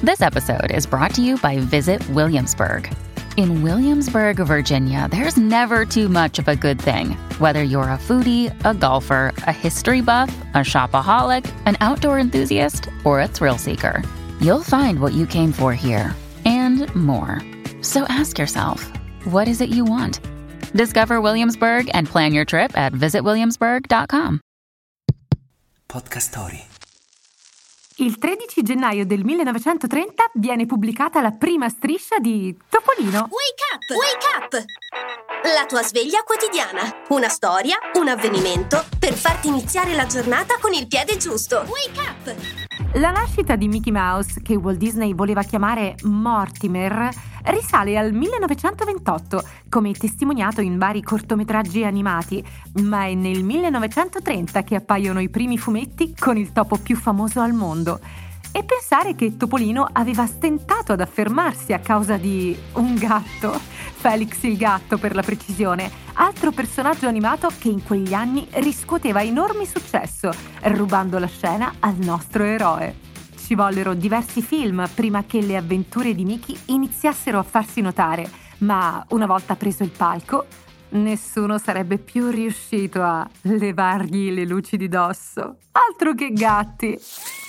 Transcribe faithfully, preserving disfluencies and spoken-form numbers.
This episode is brought to you by Visit Williamsburg. In Williamsburg, Virginia, there's never too much of a good thing. Whether you're a foodie, a golfer, a history buff, a shopaholic, an outdoor enthusiast, or a thrill seeker, you'll find what you came for here and more. So ask yourself, what is it you want? Discover Williamsburg and plan your trip at visit williamsburg dot com. Podcast Story. Il tredici gennaio del millenovecentotrenta viene pubblicata la prima striscia di Topolino. Wake up! Wake up! La tua sveglia quotidiana. Una storia, un avvenimento per farti iniziare la giornata con il piede giusto. Wake up! La nascita di Mickey Mouse, che Walt Disney voleva chiamare Mortimer, risale al millenovecentoventotto, come testimoniato in vari cortometraggi animati, ma è nel millenovecentotrenta che appaiono i primi fumetti con il topo più famoso al mondo. E pensare che Topolino aveva stentato ad affermarsi a causa di un gatto, Felix il gatto per la precisione, altro personaggio animato che in quegli anni riscuoteva enorme successo, rubando la scena al nostro eroe. Ci vollero diversi film prima che le avventure di Mickey iniziassero a farsi notare, ma una volta preso il palco, nessuno sarebbe più riuscito a levargli le luci di dosso. Altro che gatti!